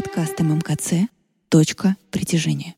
Подкаст ММКЦ «Точка притяжения».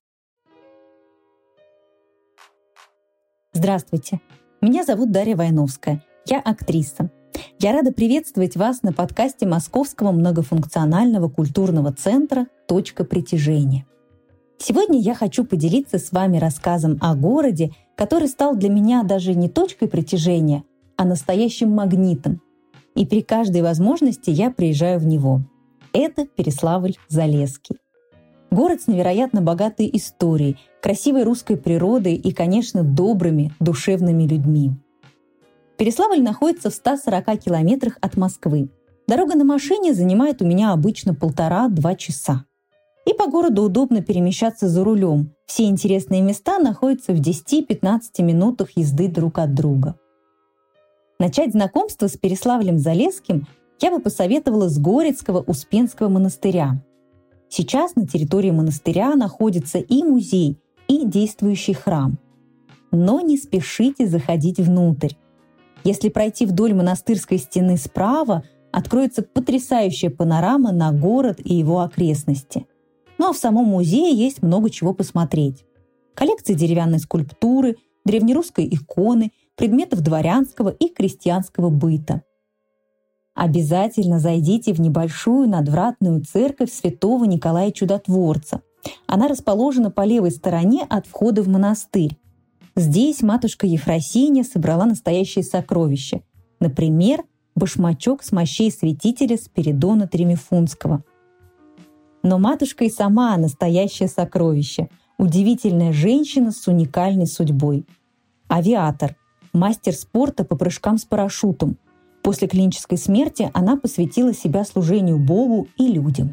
Здравствуйте, меня зовут Дарья Войновская, я актриса. Я рада приветствовать вас на подкасте Московского многофункционального культурного центра «Точка притяжения». Сегодня я хочу поделиться с вами рассказом о городе, который стал для меня даже не точкой притяжения, а настоящим магнитом. И при каждой возможности я приезжаю в него. Это Переславль-Залесский. Город с невероятно богатой историей, красивой русской природой и, конечно, добрыми, душевными людьми. Переславль находится в 140 километрах от Москвы. Дорога на машине занимает у меня обычно 1,5-2 часа. И по городу удобно перемещаться за рулем. Все интересные места находятся в 10-15 минутах езды друг от друга. Начать знакомство с Переславлем-Залесским я бы посоветовала с Горецкого Успенского монастыря. Сейчас на территории монастыря находится и музей, и действующий храм. Но не спешите заходить внутрь. Если пройти вдоль монастырской стены справа, откроется потрясающая панорама на город и его окрестности. Ну а в самом музее есть много чего посмотреть. Коллекции деревянной скульптуры, древнерусской иконы, предметов дворянского и крестьянского быта. Обязательно зайдите в небольшую надвратную церковь святого Николая Чудотворца. Она расположена по левой стороне от входа в монастырь. Здесь матушка Ефросинья собрала настоящие сокровища. Например, башмачок с мощей святителя Спиридона Тремифунского. Но матушка и сама настоящее сокровище. Удивительная женщина с уникальной судьбой. Авиатор, мастер спорта по прыжкам с парашютом. После клинической смерти она посвятила себя служению Богу и людям.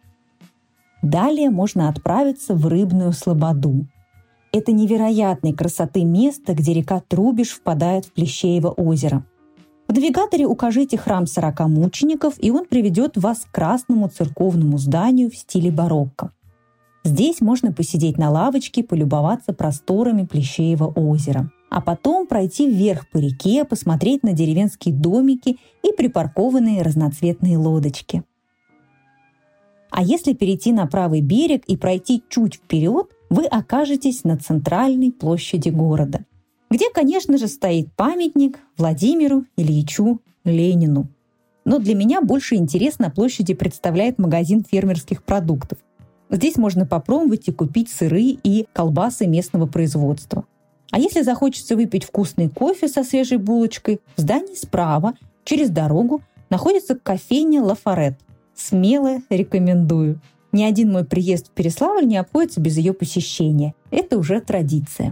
Далее можно отправиться в Рыбную Слободу. Это невероятной красоты место, где река Трубеж впадает в Плещеево озеро. В навигаторе укажите храм 40 мучеников, и он приведет вас к красному церковному зданию в стиле барокко. Здесь можно посидеть на лавочке, полюбоваться просторами Плещеева озера. А потом пройти вверх по реке, посмотреть на деревенские домики и припаркованные разноцветные лодочки. А если перейти на правый берег и пройти чуть вперед, вы окажетесь на центральной площади города, где, конечно же, стоит памятник Владимиру Ильичу Ленину. Но для меня больше интерес на площади представляет магазин фермерских продуктов. Здесь можно попробовать и купить сыры и колбасы местного производства. А если захочется выпить вкусный кофе со свежей булочкой, в здании справа, через дорогу, находится кофейня «Ла Форет». Смело рекомендую. Ни один мой приезд в Переславль не обходится без ее посещения. Это уже традиция.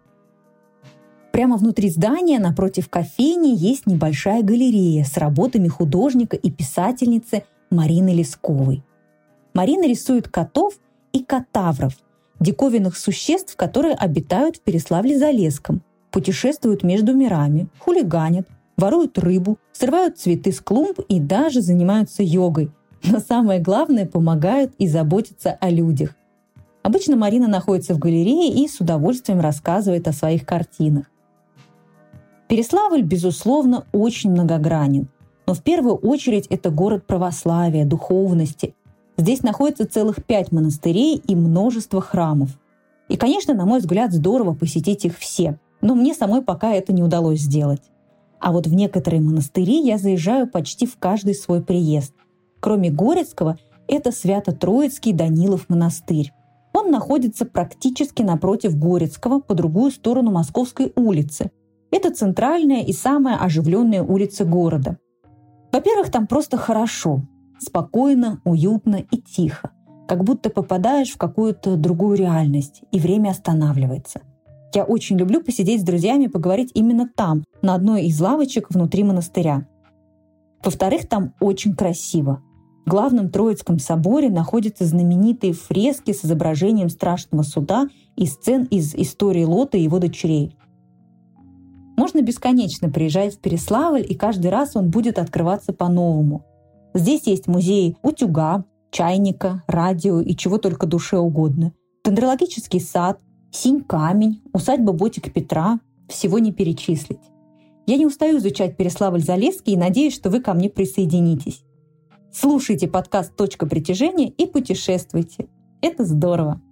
Прямо внутри здания, напротив кофейни, есть небольшая галерея с работами художника и писательницы Марины Лесковой. Марина рисует котов и котавров, диковинных существ, которые обитают в Переславле-Залесском, путешествуют между мирами, хулиганят, воруют рыбу, срывают цветы с клумб и даже занимаются йогой. Но самое главное, помогают и заботятся о людях. Обычно Марина находится в галерее и с удовольствием рассказывает о своих картинах. Переславль, безусловно, очень многогранен. Но в первую очередь это город православия, духовности. Здесь находится целых 5 монастырей и множество храмов. И, конечно, на мой взгляд, здорово посетить их все. Но мне самой пока это не удалось сделать. А вот в некоторые монастыри я заезжаю почти в каждый свой приезд. Кроме Горецкого, это Свято-Троицкий Данилов монастырь. Он находится практически напротив Горецкого, по другую сторону Московской улицы. Это центральная и самая оживленная улица города. Во-первых, там просто хорошо. Спокойно, уютно и тихо. Как будто попадаешь в какую-то другую реальность, и время останавливается. Я очень люблю посидеть с друзьями и поговорить именно там, на одной из лавочек внутри монастыря. Во-вторых, там очень красиво. В главном Троицком соборе находятся знаменитые фрески с изображением страшного суда и сцен из истории Лота и его дочерей. Можно бесконечно приезжать в Переславль, и каждый раз он будет открываться по-новому. Здесь есть музеи утюга, чайника, радио и чего только душе угодно. Дендрологический сад, Синь-камень, усадьба Ботика Петра. Всего не перечислить. Я не устаю изучать Переславль-Залесский и надеюсь, что вы ко мне присоединитесь. Слушайте подкаст «Точка притяжения» и путешествуйте. Это здорово!